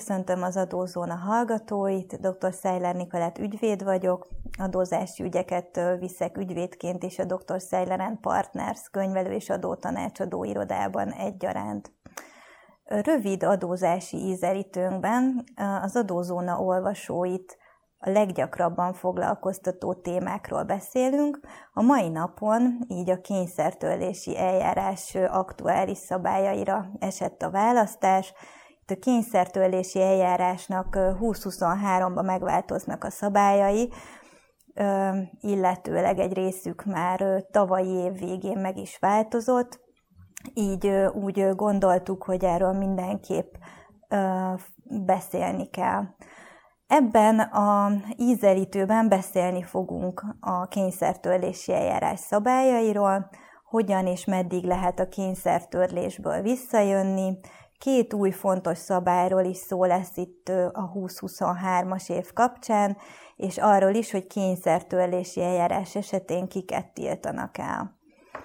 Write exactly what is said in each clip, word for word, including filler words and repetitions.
Köszöntöm az Adózóna hallgatóit, dr. Szájler Nikolett ügyvéd vagyok, adózási ügyeket viszek ügyvédként és a doktor Szájler and Partners könyvelő és adótanácsadó irodában egyaránt. Rövid adózási ízelítőnkben az Adózóna olvasóit a leggyakrabban foglalkoztató témákról beszélünk. A mai napon így a kényszertörlési eljárás aktuális szabályaira esett a választás. Itt a kényszertörlési eljárásnak húsz-huszonháromban megváltoznak a szabályai, illetőleg egy részük már tavalyi év végén meg is változott. Így úgy gondoltuk, hogy erről mindenképp beszélni kell. Ebben az ízelítőben beszélni fogunk a kényszertörlési eljárás szabályairól, hogyan és meddig lehet a kényszertörlésből visszajönni. Két új fontos szabályról is szó lesz itt a húsz-huszonhármas év kapcsán, és arról is, hogy kényszertörlési eljárás esetén kiket tiltanak el.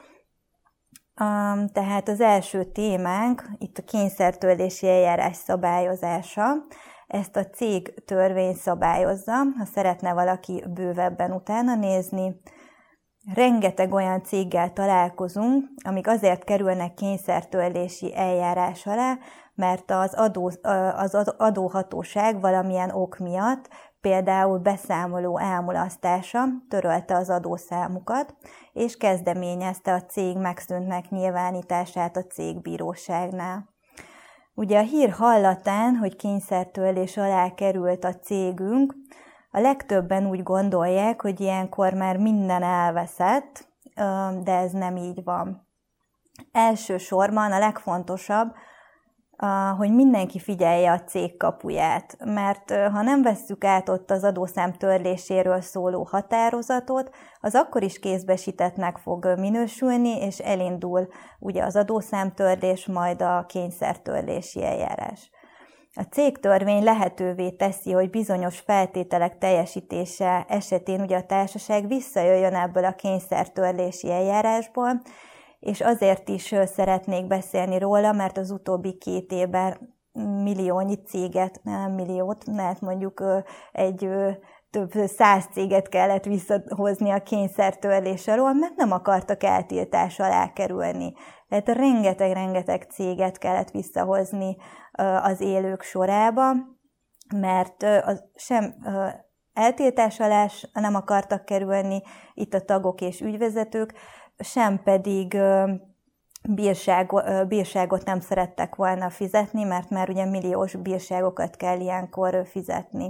Tehát az első témánk itt a kényszertörlési eljárás szabályozása. Ezt a cégtörvény szabályozza, ha szeretne valaki bővebben utána nézni. Rengeteg olyan céggel találkozunk, amik azért kerülnek kényszertörlési eljárás alá, mert az, adó, az adóhatóság valamilyen ok miatt, például beszámoló elmulasztása törölte az adószámukat, és kezdeményezte a cég megszűntnek nyilvánítását a cégbíróságnál. Ugye a hír hallatán, hogy kényszertörlés alá került a cégünk, a legtöbben úgy gondolják, hogy ilyenkor már minden elveszett, de ez nem így van. Elsősorban a legfontosabb, hogy mindenki figyelje a cég kapuját, mert ha nem vesszük át ott az adószám törléséről szóló határozatot, az akkor is kézbesítettnek fog minősülni, és elindul ugye az adószámtörlés, majd a kényszertörlési eljárás. A cégtörvény lehetővé teszi, hogy bizonyos feltételek teljesítése esetén ugye a társaság visszajöjjön ebből a kényszertörlési eljárásból, és azért is szeretnék beszélni róla, mert az utóbbi két évben milliónyi céget, nem milliót, mert mondjuk egy több száz céget kellett visszahozni a kényszertörlés alól, mert nem akartak eltiltás alá kerülni. Tehát rengeteg-rengeteg céget kellett visszahozni az élők sorába, mert sem eltiltás alá nem akartak kerülni itt a tagok és ügyvezetők, sem pedig bírságot, bírságot nem szerettek volna fizetni, mert már ugye milliós bírságokat kell ilyenkor fizetni.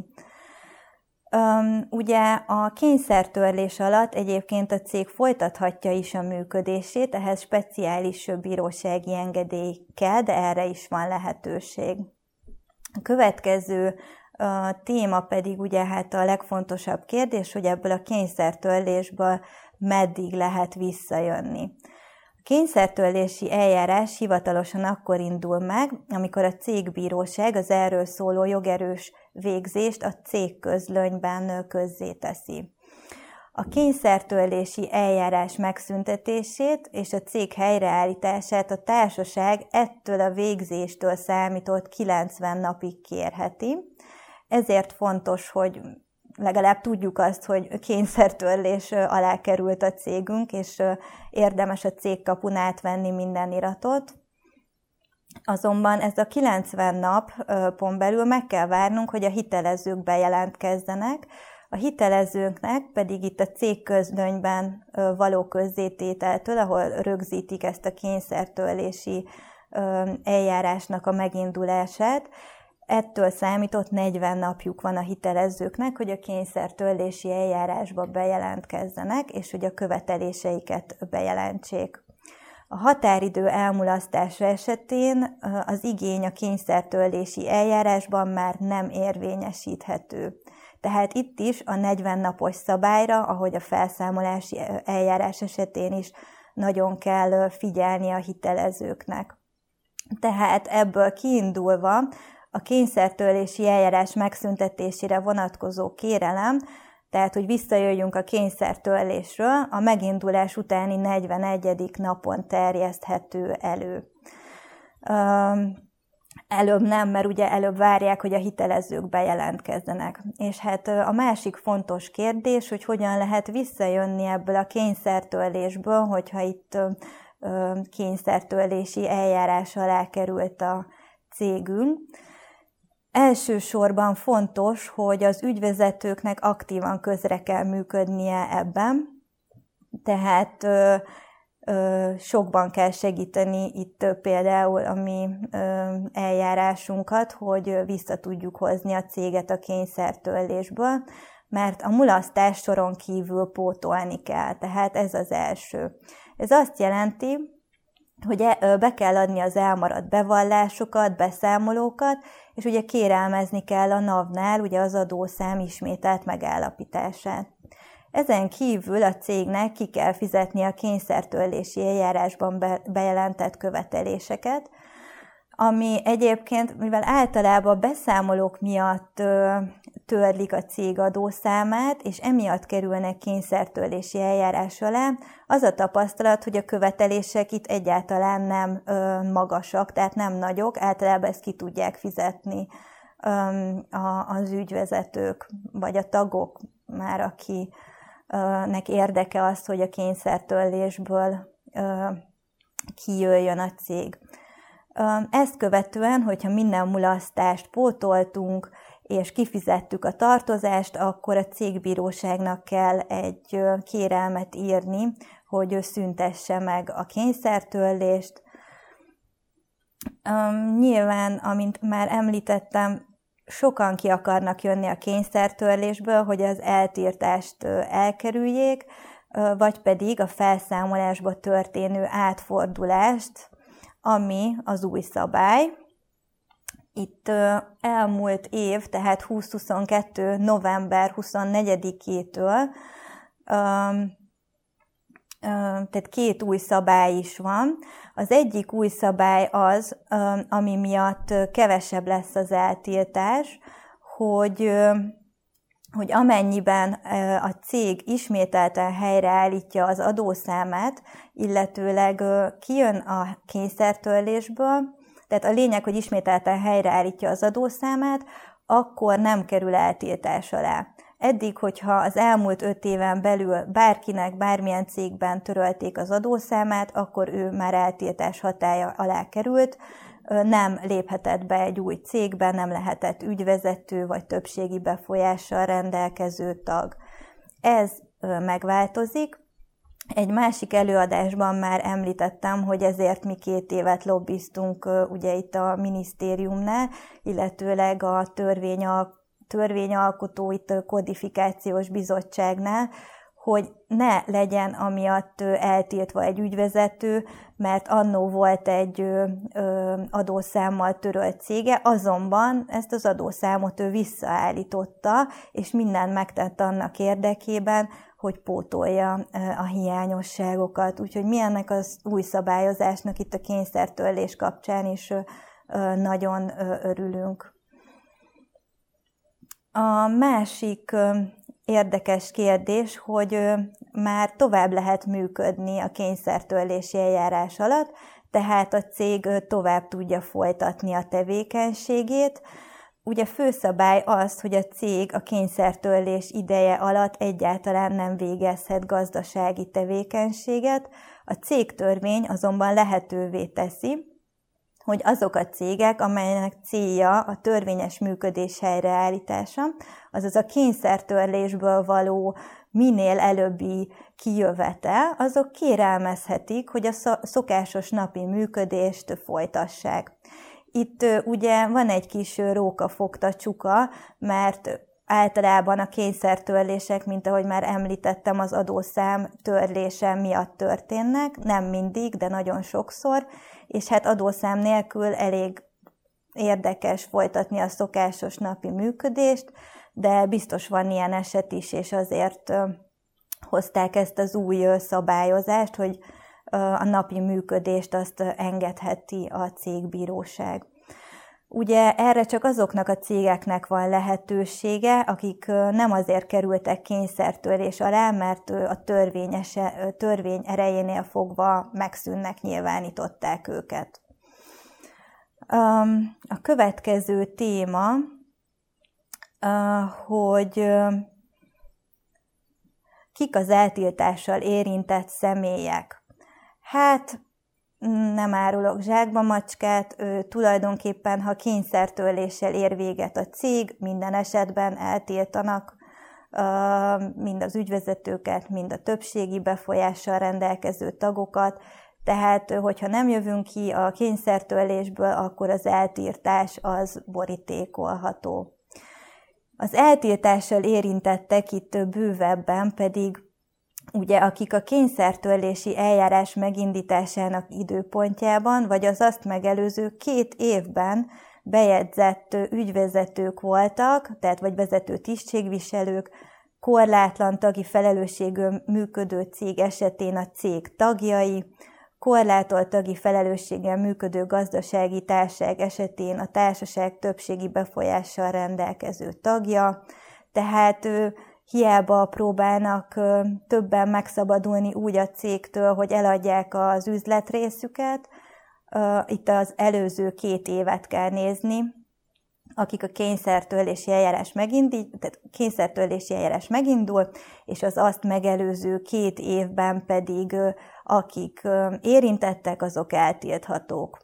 Ugye a kényszertörlés alatt egyébként a cég folytathatja is a működését, ehhez speciális bírósági engedély kell, de erre is van lehetőség. A következő a téma pedig ugye hát a legfontosabb kérdés, hogy ebből a kényszertörlésből meddig lehet visszajönni. A kényszertörlési eljárás hivatalosan akkor indul meg, amikor a cégbíróság az erről szóló jogerős végzést a cégközlönyben közzéteszi. A kényszertörlési eljárás megszüntetését és a cég helyreállítását a társaság ettől a végzéstől számított kilencven napig kérheti. Ezért fontos, hogy legalább tudjuk azt, hogy kényszertörlés alá került a cégünk, és érdemes a cégkapun átvenni minden iratot. Azonban ez a kilencven napon belül meg kell várnunk, hogy a hitelezők bejelentkezzenek, a hitelezőknek pedig itt a cégközlönyben való közzétételtől, ahol rögzítik ezt a kényszertörlési eljárásnak a megindulását, ettől számított negyven napjuk van a hitelezőknek, hogy a kényszertörlési eljárásba bejelentkezzenek, és hogy a követeléseiket bejelentsék. A határidő elmulasztása esetén az igény a kényszertörlési eljárásban már nem érvényesíthető. Tehát itt is a negyven napos szabályra, ahogy a felszámolási eljárás esetén is nagyon kell figyelni a hitelezőknek. Tehát ebből kiindulva a kényszertörlési eljárás megszüntetésére vonatkozó kérelem, tehát hogy visszajöjjünk a kényszertörlésről, a megindulás utáni negyvenegyedik napon terjeszthető elő. Előbb nem, mert ugye előbb várják, hogy a hitelezők bejelentkezzenek. És hát a másik fontos kérdés, hogy hogyan lehet visszajönni ebből a kényszertörlésből, hogyha itt kényszertörlési eljárás alá került a cégünk. Elsősorban fontos, hogy az ügyvezetőknek aktívan közre kell működnie ebben, tehát ö, ö, sokban kell segíteni itt például a mi ö, eljárásunkat, hogy vissza tudjuk hozni a céget a kényszertörlésből, mert a mulasztás soron kívül pótolni kell, tehát ez az első. Ez azt jelenti, hogy be kell adni az elmaradt bevallásokat, beszámolókat, és ugye kérelmezni kell a NAV-nál ugye az adószám ismételt megállapítását. Ezen kívül a cégnek ki kell fizetni a kényszertörlési eljárásban be, bejelentett követeléseket, ami egyébként, mivel általában a beszámolók miatt ö, törlik a cég adószámát, és emiatt kerülnek kényszertörlési eljárás alá, az a tapasztalat, hogy a követelések itt egyáltalán nem ö, magasak, tehát nem nagyok, általában ezt ki tudják fizetni ö, a, az ügyvezetők, vagy a tagok már, akinek érdeke az, hogy a kényszertörlésből ö, kijöjjön a cég. Ezt követően, hogyha minden mulasztást pótoltunk, és kifizettük a tartozást, akkor a cégbíróságnak kell egy kérelmet írni, hogy szüntesse meg a kényszertörlést. Nyilván, amint már említettem, sokan ki akarnak jönni a kényszertörlésből, hogy az eltiltást elkerüljék, vagy pedig a felszámolásba történő átfordulást, ami az új szabály. Itt elmúlt év, tehát húsz-huszonkettő. november huszonnegyedikétől, tehát két új szabály is van. Az egyik új szabály az, ami miatt kevesebb lesz az eltiltás, hogy hogy amennyiben a cég ismételten helyreállítja az adószámát, illetőleg kijön a kényszertörlésből, tehát a lényeg, hogy ismételten helyreállítja az adószámát, akkor nem kerül eltiltás alá. Eddig, hogyha az elmúlt öt éven belül bárkinek, bármilyen cégben törölték az adószámát, akkor ő már eltiltás hatálya alá került, nem léphetett be egy új cégbe, nem lehetett ügyvezető vagy többségi befolyással rendelkező tag. Ez megváltozik. Egy másik előadásban már említettem, hogy ezért mi két évet lobbiztunk ugye itt a minisztériumnál, illetőleg a törvényal, törvényalkotó, itt a kodifikációs bizottságnál, hogy ne legyen amiatt eltiltva egy ügyvezető, mert annó volt egy adószámmal törölt cége, azonban ezt az adószámot ő visszaállította, és mindent megtett annak érdekében, hogy pótolja a hiányosságokat. Úgyhogy mi ennek az új szabályozásnak itt a kényszertörlés kapcsán is nagyon örülünk. A másik érdekes kérdés, hogy már tovább lehet működni a kényszertörlési eljárás alatt, tehát a cég tovább tudja folytatni a tevékenységét. Ugye főszabály az, hogy a cég a kényszertörlés ideje alatt egyáltalán nem végezhet gazdasági tevékenységet, a cégtörvény azonban lehetővé teszi, hogy azok a cégek, amelynek célja a törvényes működés helyreállítása, azaz a kényszertörlésből való minél előbbi kijövetel, azok kérelmezhetik, hogy a szokásos napi működést folytassák. Itt ugye van egy kis rókafogta csuka, mert általában a kényszertörlések, mint ahogy már említettem, az adószám törlése miatt történnek, nem mindig, de nagyon sokszor, és hát adószám nélkül elég érdekes folytatni a szokásos napi működést, de biztos van ilyen eset is, és azért hozták ezt az új szabályozást, hogy a napi működést azt engedheti a cégbíróság. Ugye erre csak azoknak a cégeknek van lehetősége, akik nem azért kerültek kényszertörlés alá, mert a törvényese, törvény erejénél fogva megszűnnek, nyilvánították őket. A következő téma, hogy kik az eltiltással érintett személyek. Hát nem árulok zsákba macskát, tulajdonképpen ha kényszertörléssel ér véget a cég, minden esetben eltiltanak mind az ügyvezetőket, mind a többségi befolyással rendelkező tagokat, tehát hogyha nem jövünk ki a kényszertörlésből, akkor az eltiltás az borítékolható. Az eltiltással érintettek itt bővebben pedig, ugye, akik a kényszertörlési eljárás megindításának időpontjában, vagy az azt megelőző két évben bejegyzett ügyvezetők voltak, tehát vagy vezető tisztségviselők, korlátlan tagi felelősségű működő cég esetén a cég tagjai, korlátolt tagi felelősséggel működő gazdasági társaság esetén a társaság többségi befolyással rendelkező tagja, tehát ő, hiába próbálnak többen megszabadulni úgy a cégtől, hogy eladják az üzletrészüket, itt az előző két évet kell nézni, akik a kényszertörlési eljárás megindít, tehát kényszertörlési eljárás megindul, és az azt megelőző két évben pedig akik érintettek, azok eltilthatók.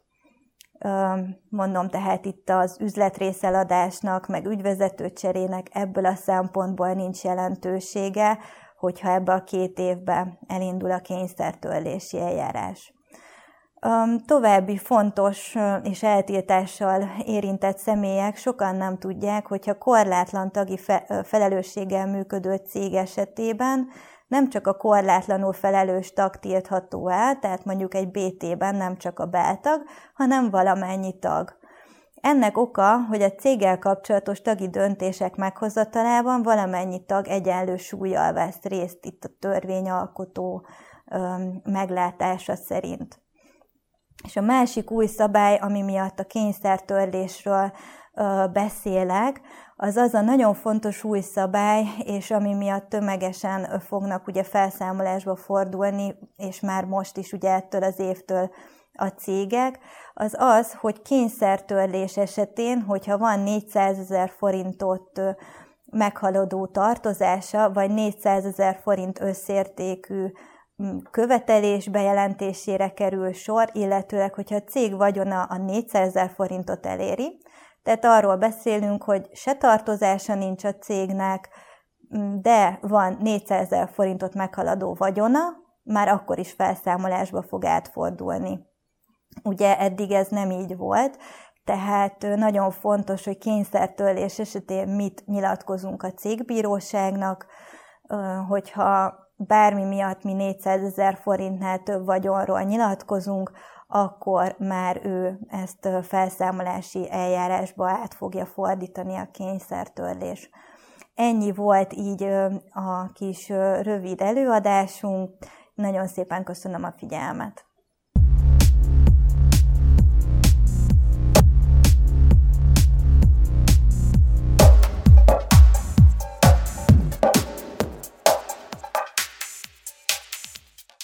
Mondom, tehát itt az üzletrészeladásnak, meg ügyvezetőcserének ebből a szempontból nincs jelentősége, hogyha ebbe a két évben elindul a kényszertörlési eljárás. További fontos és eltiltással érintett személyek sokan nem tudják, hogyha korlátlan tagi felelősséggel működő cég esetében nem csak a korlátlanul felelős tag tiltható el, tehát mondjuk egy bé té-ben nem csak a beltag, hanem valamennyi tag. Ennek oka, hogy a céggel kapcsolatos tagi döntések meghozatalában valamennyi tag egyenlő súllyal vesz részt itt a törvényalkotó meglátása szerint. És a másik új szabály, ami miatt a kényszertörlésről beszélek, az az a nagyon fontos új szabály, és ami miatt tömegesen fognak ugye felszámolásba fordulni, és már most is ugye ettől az évtől a cégek, az az, hogy kényszertörlés esetén, hogyha van négyszázezer forintot meghaladó tartozása, vagy négyszázezer forint összértékű követelés bejelentésére kerül sor, illetőleg, hogyha a cég vagyona a négyszázezer forintot eléri, tehát arról beszélünk, hogy se tartozása nincs a cégnek, de van négyszázezer forintot meghaladó vagyona, már akkor is felszámolásba fog átfordulni. Ugye eddig ez nem így volt, tehát nagyon fontos, hogy kényszertörlés esetén mit nyilatkozunk a cégbíróságnak, hogyha bármi miatt mi négyszázezer forintnál több vagyonról nyilatkozunk, akkor már ő ezt felszámolási eljárásba át fogja fordítani a kényszertörlés. Ennyi volt így a kis rövid előadásunk. Nagyon szépen köszönöm a figyelmet.